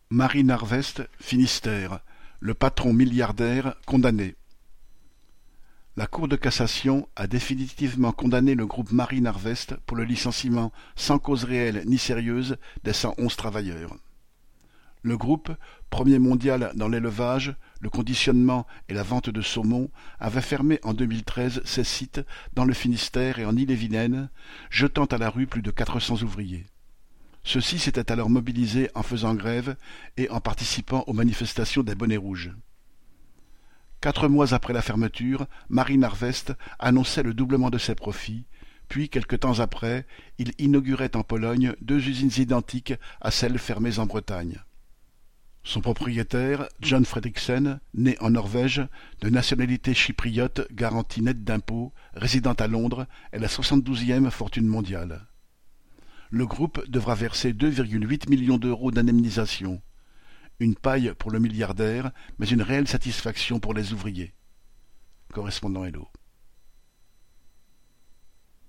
Marine Harvest, Finistère, le patron milliardaire condamné. La Cour de cassation a définitivement condamné le groupe Marine Harvest pour le licenciement sans cause réelle ni sérieuse des 111 travailleurs. Le groupe, premier mondial dans l'élevage, le conditionnement et la vente de saumon, avait fermé en 2013 ses sites dans le Finistère et en Ille-et-Vilaine, jetant à la rue plus de 400 ouvriers. Ceux-ci s'étaient alors mobilisés en faisant grève et en participant aux manifestations des bonnets rouges. 4 mois après la fermeture, Marine Harvest annonçait le doublement de ses profits, puis quelque temps après, il inaugurait en Pologne 2 usines identiques à celles fermées en Bretagne. Son propriétaire, John Fredriksen, né en Norvège, de nationalité chypriote, garantie nette d'impôts, résidant à Londres, est la 72e fortune mondiale. Le groupe devra verser 2,8 millions d'euros d'indemnisation. Une paille pour le milliardaire, mais une réelle satisfaction pour les ouvriers. Correspondant Hello.